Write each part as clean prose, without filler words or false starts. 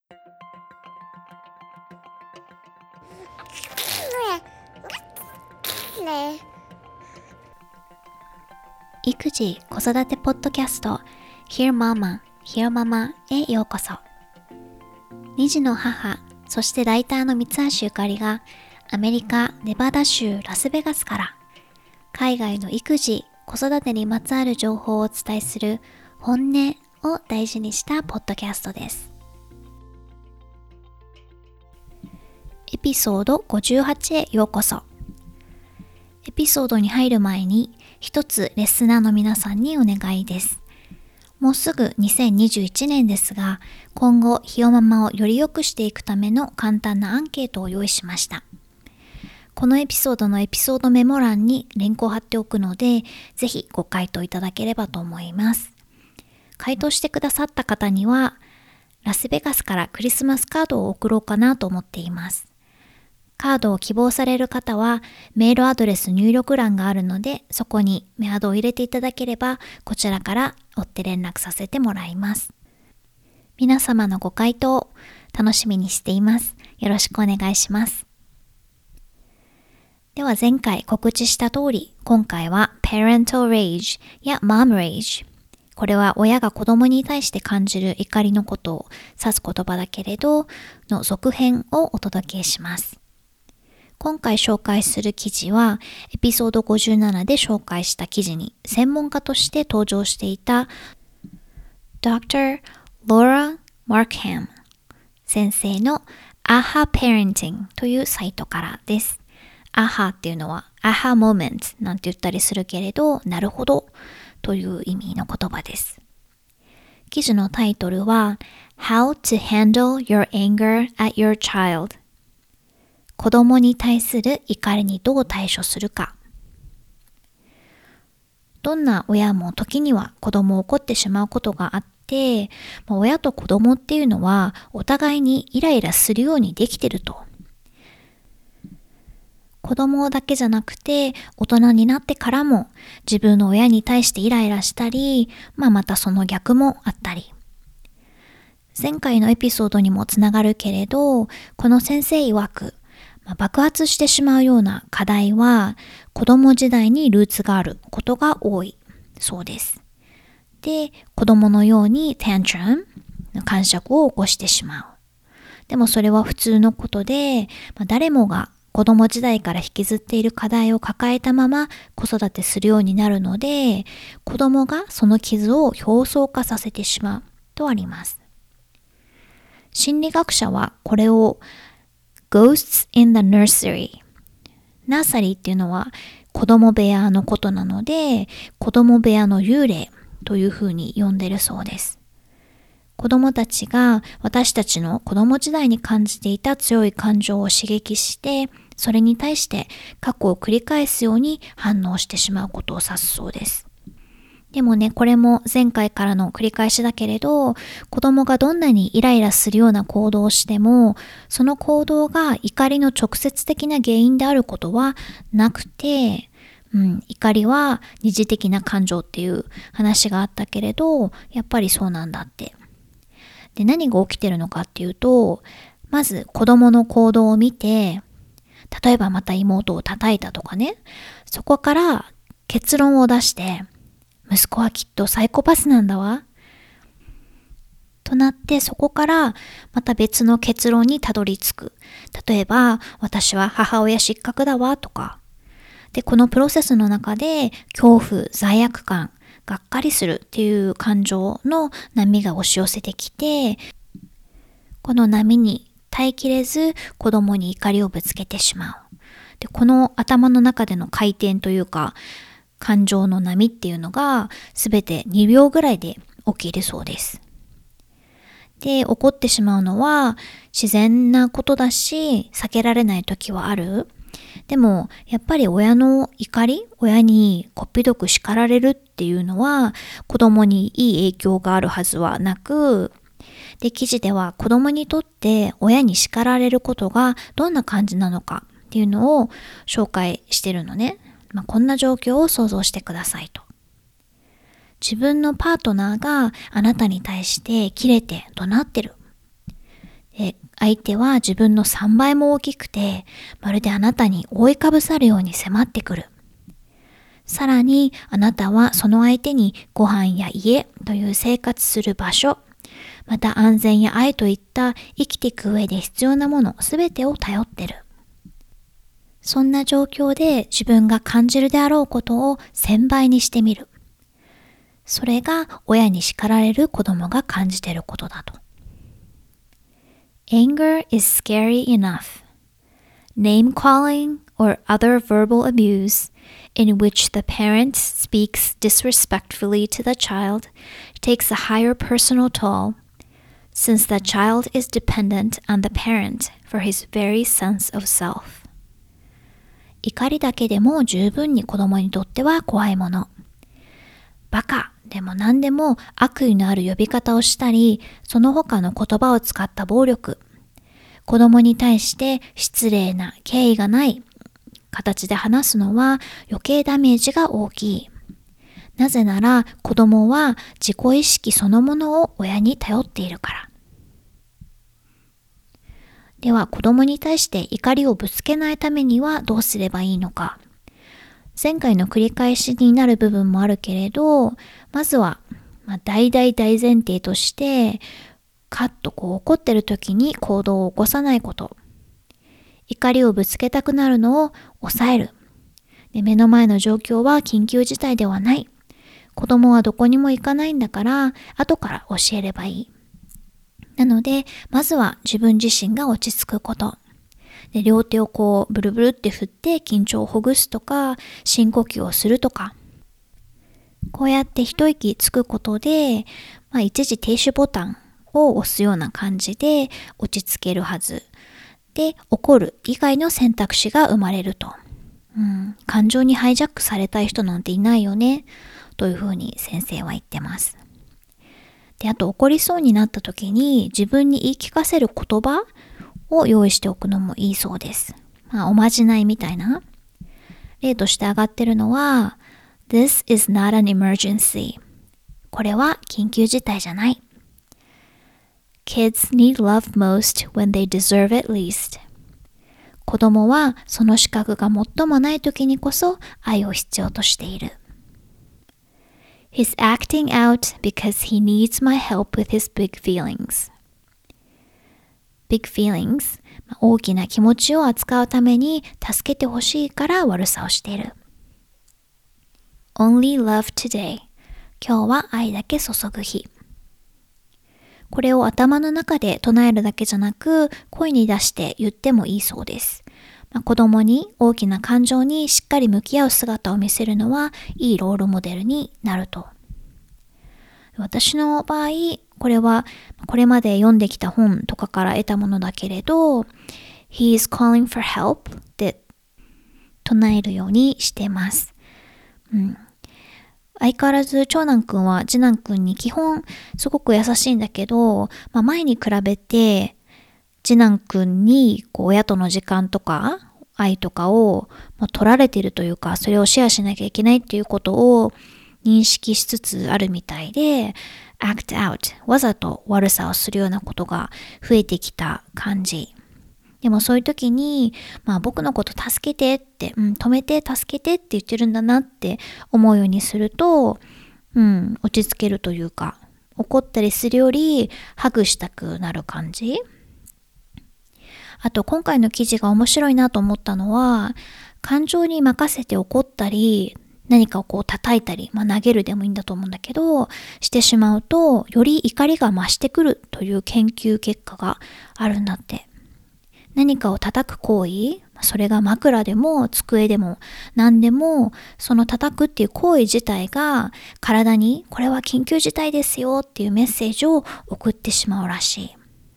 育児・子育てポッドキャスト Hear Mama, Hear Mama へようこそ。2児の母、そしてライターの三橋ゆかりがアメリカ・ネバダ州ラスベガスから海外の育児・子育てにまつわる情報をお伝えする本音を大事にしたポッドキャストです。エピソード58へようこそ。エピソードに入る前に一つレスナーの皆さんにお願いです。もうすぐ2021年ですが、今後ひよママをより良くしていくための簡単なアンケートを用意しました。このエピソードのエピソードメモ欄にリンクを貼っておくので、ぜひご回答いただければと思います。回答してくださった方には、ラスベガスからクリスマスカードを送ろうかなと思っています。カードを希望される方はメールアドレス入力欄があるので、そこにメアドを入れていただければこちらから追って連絡させてもらいます。皆様のご回答楽しみにしています。よろしくお願いします。では前回告知した通り、今回は Parental Rage や Mom Rage、 これは親が子供に対して感じる怒りのことを指す言葉だけれどの続編をお届けします。今回紹介する記事はエピソード57で紹介した記事に専門家として登場していた Dr. Laura Markham 先生の AHA Parenting というサイトからです。AHA っていうのは AHA Moment なんて言ったりするけれど、なるほどという意味の言葉です。記事のタイトルは How to Handle Your Anger at Your Child、子供に対する怒りにどう対処するか。どんな親も時には子供を怒ってしまうことがあって、親と子供っていうのはお互いにイライラするようにできてると。子供だけじゃなくて大人になってからも自分の親に対してイライラしたり、またその逆もあったり。前回のエピソードにもつながるけれど、この先生曰く、爆発してしまうような課題は子供時代にルーツがあることが多いそうです。で、子供のようにタントラム、癇癪を起こしてしまう。でもそれは普通のことで、誰もが子供時代から引きずっている課題を抱えたまま子育てするようになるので、子供がその傷を表層化させてしまうとあります。心理学者はこれをGhosts in the Nursery。ナーサリーっていうのは子供部屋のことなので、子供部屋の幽霊というふうに呼んでるそうです。子供たちが私たちの子供時代に感じていた強い感情を刺激して、それに対して過去を繰り返すように反応してしまうことを指すそうです。でもね、これも前回からの繰り返しだけれど、子供がどんなにイライラするような行動をしても、その行動が怒りの直接的な原因であることはなくて、怒りは二次的な感情っていう話があったけれど、やっぱりそうなんだって。で、何が起きてるのかっていうと、まず子供の行動を見て、例えばまた妹を叩いたとかね、そこから結論を出して、息子はきっとサイコパスなんだわとなって、そこからまた別の結論にたどり着く。例えば私は母親失格だわとかで、このプロセスの中で恐怖、罪悪感、がっかりするっていう感情の波が押し寄せてきて、この波に耐えきれず子供に怒りをぶつけてしまう。で、この頭の中での回転というか感情の波っていうのがすべて2秒ぐらいで起きるそうです。で、起こってしまうのは自然なことだし、避けられない時はある。でもやっぱり親の怒り、親にこっぴどく叱られるっていうのは子供にいい影響があるはずはなく、で、記事では子供にとって親に叱られることがどんな感じなのかっていうのを紹介してるのね。こんな状況を想像してくださいと。自分のパートナーがあなたに対してキレて怒鳴ってる。 相手は自分の3倍も大きくて、まるであなたに覆いかぶさるように迫ってくる。さらにあなたはその相手にご飯や家という生活する場所、また安全や愛といった生きていく上で必要なものすべてを頼ってる。そんな状況で自分が感じるであろうことを1000倍にしてみる。それが親に叱られる子供が感じていることだと。Anger is scary enough. Name calling or other verbal abuse in which the parent speaks disrespectfully to the child takes a higher personal toll, since the child is dependent on the parent for his very sense of self. 怒りだけでも十分に子供にとっては怖いもの。バカでも何でも悪意のある呼び方をしたり、その他の言葉を使った暴力、子供に対して失礼な敬意がない形で話すのは余計ダメージが大きい。なぜなら子供は自己意識そのものを親に頼っているから。では子供に対して怒りをぶつけないためにはどうすればいいのか。前回の繰り返しになる部分もあるけれど、まずは、大前提として、カッと怒ってる時に行動を起こさないこと。怒りをぶつけたくなるのを抑える。で、目の前の状況は緊急事態ではない。子供はどこにも行かないんだから、後から教えればいい。なので、まずは自分自身が落ち着くこと。で、両手をブルブルって振って緊張をほぐすとか、深呼吸をするとか。こうやって一息つくことで、一時停止ボタンを押すような感じで落ち着けるはず。で、怒る以外の選択肢が生まれると。感情にハイジャックされたい人なんていないよね。というふうに先生は言ってます。で、あと怒りそうになった時に自分に言い聞かせる言葉を用意しておくのもいいそうです。おまじないみたいな。例として挙がってるのは、This is not an emergency. これは緊急事態じゃない。Kids need love most when they deserve it least. 子供はその資格が最もない時にこそ愛を必要としている。He's acting out because he needs my help with his big feelings.Big feelings、大きな気持ちを扱うために助けてほしいから悪さをしている。Only love today。今日は愛だけ注ぐ日。これを頭の中で唱えるだけじゃなく、声に出して言ってもいいそうです。子供に大きな感情にしっかり向き合う姿を見せるのはいいロールモデルになると。私の場合、これはこれまで読んできた本とかから得たものだけれど、He is calling for help って唱えるようにしてます。相変わらず長男くんは次男くんに基本すごく優しいんだけど、前に比べて次男くんに親との時間とか愛とかを取られているというか、それをシェアしなきゃいけないっていうことを認識しつつあるみたいで、act out、わざと悪さをするようなことが増えてきた感じ。でもそういう時に、僕のこと助けてって、止めて助けてって言ってるんだなって思うようにすると、落ち着けるというか、怒ったりするよりハグしたくなる感じ。あと今回の記事が面白いなと思ったのは、感情に任せて怒ったり、何かを叩いたり、投げるでもいいんだと思うんだけど、してしまうと、より怒りが増してくるという研究結果があるんだって。何かを叩く行為、それが枕でも机でも何でも、その叩くっていう行為自体が体にこれは緊急事態ですよっていうメッセージを送ってしまうらしい。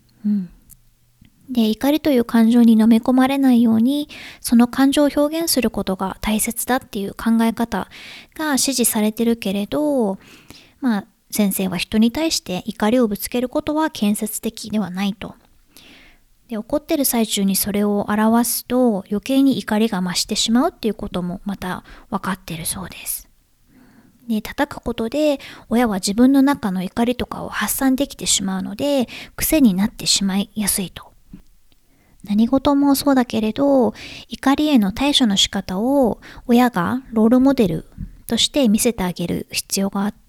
で、怒りという感情に飲み込まれないように、その感情を表現することが大切だっていう考え方が支持されてるけれど、先生は人に対して怒りをぶつけることは建設的ではないと。で、怒ってる最中にそれを表すと余計に怒りが増してしまうっていうこともまた分かってるそうです。 で、叩くことで親は自分の中の怒りとかを発散できてしまうので、癖になってしまいやすいと。何事もそうだけれど、怒りへの対処の仕方を親がロールモデルとして見せてあげる必要があって、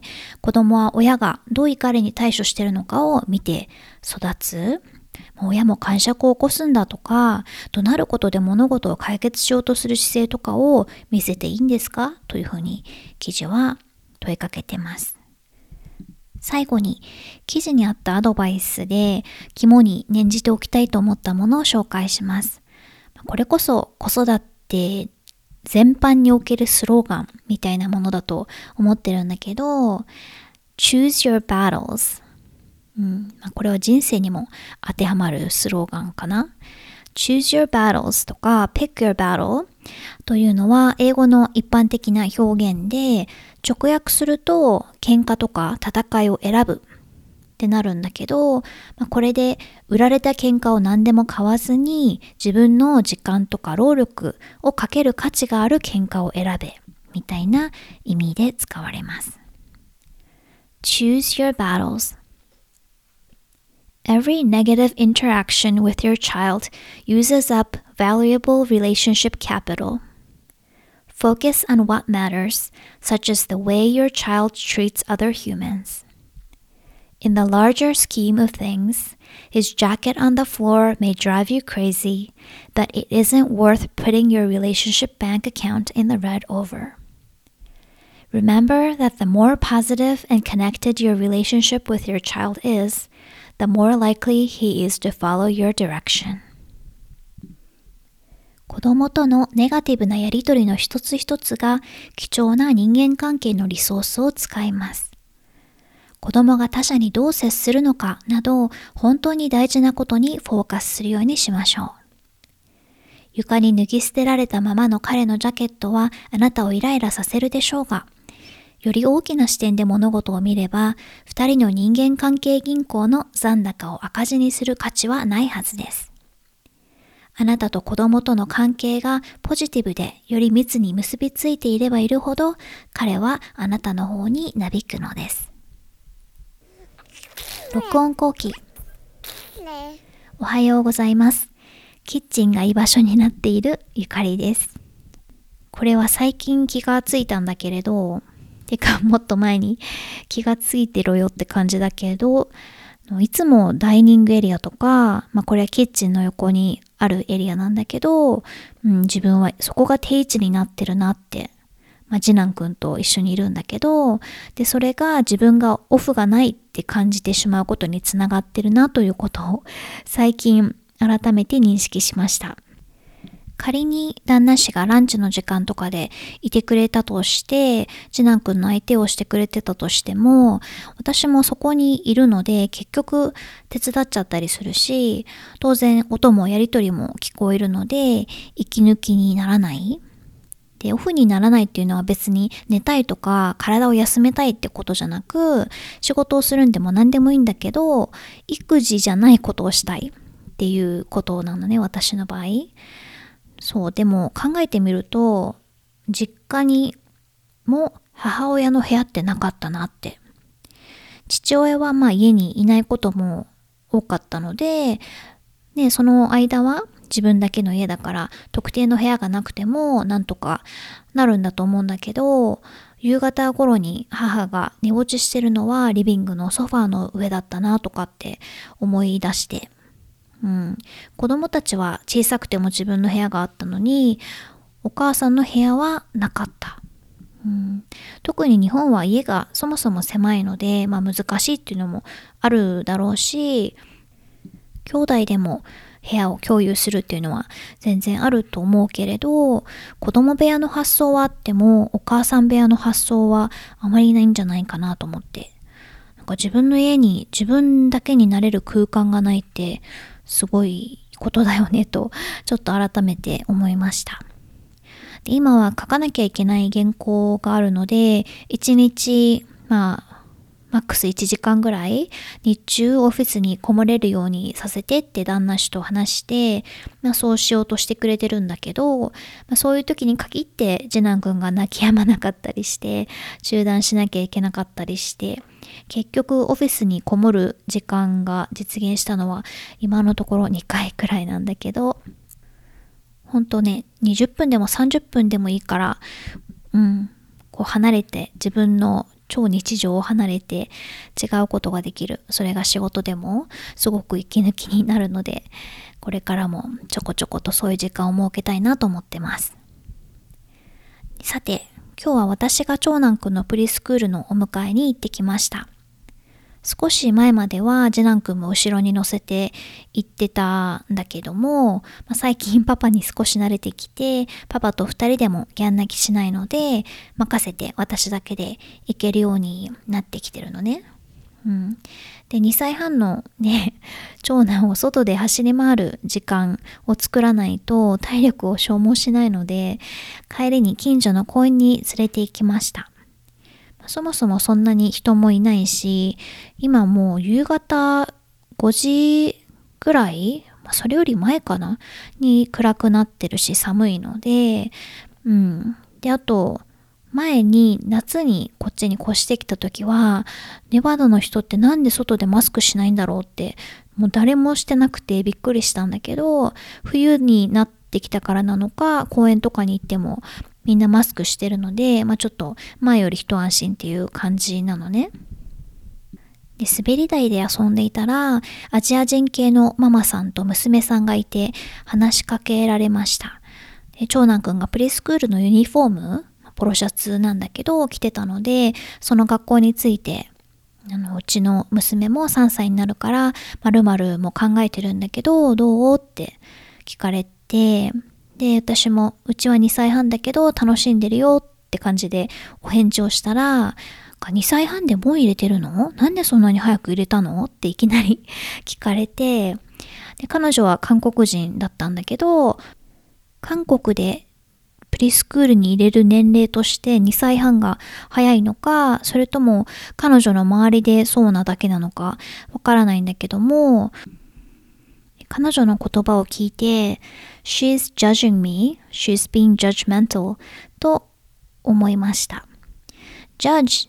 子供は親がどう怒りに対処しているのかを見て育つ。親も感触を起こすんだとか、怒鳴ることで物事を解決しようとする姿勢とかを見せていいんですかというふうに記事は問いかけてます。最後に記事にあったアドバイスで肝に念じておきたいと思ったものを紹介します。これこそ子育て全般におけるスローガンみたいなものだと思ってるんだけど、Choose your battles。これは人生にも当てはまるスローガンかな。Choose your battles とか Pick your battle というのは英語の一般的な表現で、直訳すると喧嘩とか戦いを選ぶってなるんだけど、これで売られた喧嘩を何でも買わずに自分の時間とか労力をかける価値がある喧嘩を選べみたいな意味で使われます。Choose your battles.Every negative interaction with your child uses up valuable relationship capital. Focus on what matters, such as the way your child treats other humans. In the larger scheme of things, his jacket on the floor may drive you crazy, but it isn't worth putting your relationship bank account in the red over.Remember that the more positive and connected your relationship with your child is, the more likely he is to follow your direction. 子供とのネガティブなやりとりの一つ一つが貴重な人間関係のリソースを使います。子供が他者にどう接するのかなど、本当に大事なことにフォーカスするようにしましょう。床に脱ぎ捨てられたままの彼のジャケットはあなたをイライラさせるでしょうが、より大きな視点で物事を見れば、二人の人間関係銀行の残高を赤字にする価値はないはずです。あなたと子供との関係がポジティブでより密に結びついていればいるほど、彼はあなたの方になびくのです。録音後期。おはようございます。キッチンが居場所になっているゆかりです。これは最近気がついたんだけれど、てかもっと前に気がついてろよって感じだけど、いつもダイニングエリアとか、これはキッチンの横にあるエリアなんだけど、自分はそこが定位置になってるなって、次男くんと一緒にいるんだけど、でそれが自分がオフがないって感じてしまうことにつながってるなということを最近改めて認識しました。仮に旦那氏がランチの時間とかでいてくれたとして、次男くんの相手をしてくれてたとしても、私もそこにいるので結局手伝っちゃったりするし、当然音もやりとりも聞こえるので息抜きにならない。で、オフにならないっていうのは別に寝たいとか体を休めたいってことじゃなく、仕事をするんでも何でもいいんだけど、育児じゃないことをしたいっていうことなのね、私の場合。そう、でも考えてみると、実家にも母親の部屋ってなかったなって。父親は家にいないことも多かったので、その間は自分だけの家だから特定の部屋がなくてもなんとかなるんだと思うんだけど、夕方頃に母が寝落ちしてるのはリビングのソファーの上だったなとかって思い出して、子供たちは小さくても自分の部屋があったのに、お母さんの部屋はなかった。特に日本は家がそもそも狭いので、難しいっていうのもあるだろうし、兄弟でも部屋を共有するっていうのは全然あると思うけれど、子供部屋の発想はあってもお母さん部屋の発想はあまりないんじゃないかなと思って、自分の家に自分だけになれる空間がないってすごいことだよねとちょっと改めて思いました。で、今は書かなきゃいけない原稿があるので、1日マックス1時間ぐらい日中オフィスにこもれるようにさせてって旦那氏と話して、そうしようとしてくれてるんだけど、そういう時に限って次男くんが泣き止まなかったりして中断しなきゃいけなかったりして、結局オフィスにこもる時間が実現したのは今のところ2回くらいなんだけど、ほんとね、20分でも30分でもいいから、こう離れて、自分の超日常を離れて違うことができる。それが仕事でもすごく息抜きになるので、これからもちょこちょことそういう時間を設けたいなと思ってます。さて、今日は私が長男くんのプリスクールのお迎えに行ってきました。少し前までは次男くんも後ろに乗せて行ってたんだけども、最近パパに少し慣れてきて、パパと2人でもギャン泣きしないので、任せて私だけで行けるようになってきてるのね。で、2歳半のね、長男を外で走り回る時間を作らないと体力を消耗しないので、帰りに近所の公園に連れて行きました。そもそもそんなに人もいないし、今もう夕方5時ぐらい、それより前かなに暗くなってるし寒いので、で、あと、前に夏にこっちに越してきた時は、ネバダの人ってなんで外でマスクしないんだろうって、もう誰もしてなくてびっくりしたんだけど、冬になってきたからなのか、公園とかに行ってもみんなマスクしてるので、ちょっと前より一安心っていう感じなのね。で、滑り台で遊んでいたら、アジア人系のママさんと娘さんがいて話しかけられました。で、長男くんがプリスクールのユニフォーム、ポロシャツなんだけど着てたので、その学校について、うちの娘も3歳になるから〇〇も考えてるんだけどどうって聞かれて、で、私もうちは2歳半だけど楽しんでるよって感じでお返事をしたら、2歳半でもう入れてるの？なんでそんなに早く入れたの？っていきなり聞かれて、で、彼女は韓国人だったんだけど、韓国でプリスクールに入れる年齢として2歳半が早いのか、それとも彼女の周りでそうなだけなのかわからないんだけども、彼女の言葉を聞いて She's judging me, she's being judgmental と思いました。 Judge,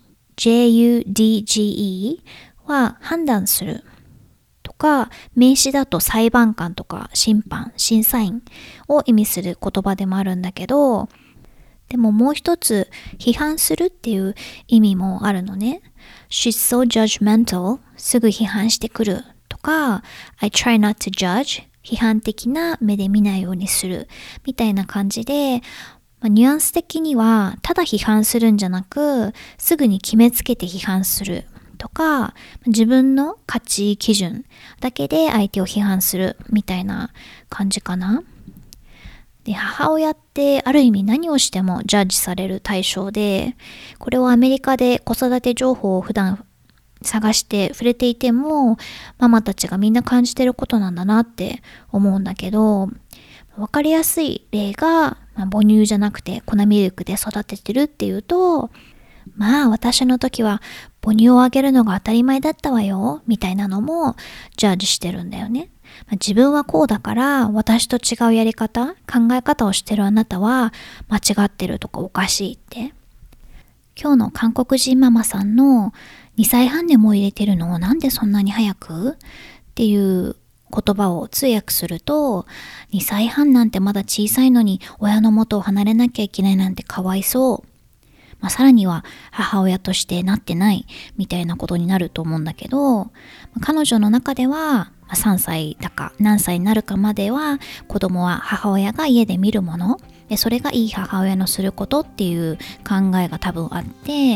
J-U-D-G-E は判断するとか、名詞だと裁判官とか審判、審査員を意味する言葉でもあるんだけど、でももう一つ批判するっていう意味もあるのね。She's so judgmental すぐ批判してくるとか、I try not to judge 批判的な目で見ないようにするみたいな感じで、ニュアンス的にはただ批判するんじゃなく、すぐに決めつけて批判するとか、自分の価値基準だけで相手を批判するみたいな感じかな。で、母親ってある意味何をしてもジャッジされる対象で、これをアメリカで子育て情報を普段探して触れていても、ママたちがみんな感じてることなんだなって思うんだけど、わかりやすい例が、母乳じゃなくて粉ミルクで育ててるっていうと、私の時は母乳をあげるのが当たり前だったわよみたいなのもジャッジしてるんだよね。自分はこうだから私と違うやり方、考え方をしてるあなたは間違ってるとかおかしいって。今日の韓国人ママさんの2歳半でもう入れてるのなんでそんなに早くっていう言葉を通訳すると、2歳半なんてまだ小さいのに親の元を離れなきゃいけないなんてかわいそう。さらには母親としてなってないみたいなことになると思うんだけど、彼女の中では3歳だか何歳になるかまでは子供は母親が家で見るもので、それがいい母親のすることっていう考えが多分あって、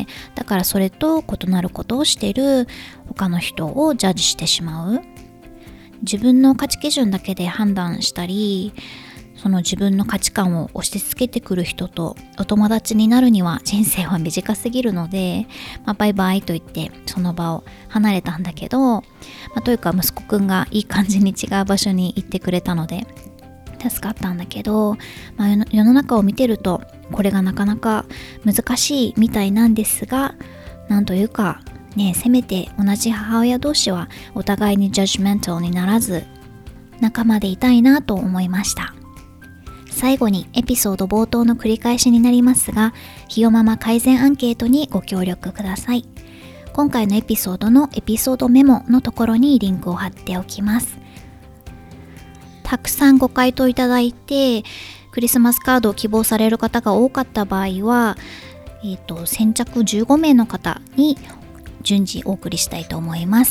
だからそれと異なることをしている他の人をジャッジしてしまう。自分の価値基準だけで判断したり、その自分の価値観を押し付けてくる人とお友達になるには人生は短すぎるので、バイバイと言ってその場を離れたんだけど、というか息子くんがいい感じに違う場所に行ってくれたので助かったんだけど、世の中を見てるとこれがなかなか難しいみたいなんですが、なんというかね、せめて同じ母親同士はお互いにジャッジメンタルにならず仲間でいたいなと思いました。最後にエピソード冒頭の繰り返しになりますが、ひよママ改善アンケートにご協力ください。今回のエピソードのエピソードメモのところにリンクを貼っておきます。たくさんご回答いただいて、クリスマスカードを希望される方が多かった場合は、先着15名の方に順次お送りしたいと思います。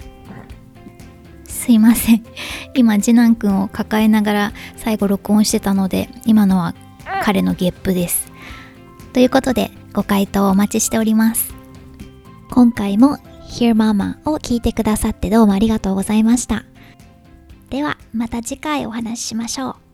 すいません。今次男くんを抱えながら最後録音してたので、今のは彼のゲップです。ということでご回答お待ちしております。今回も Hear Mama を聞いてくださってどうもありがとうございました。ではまた次回お話ししましょう。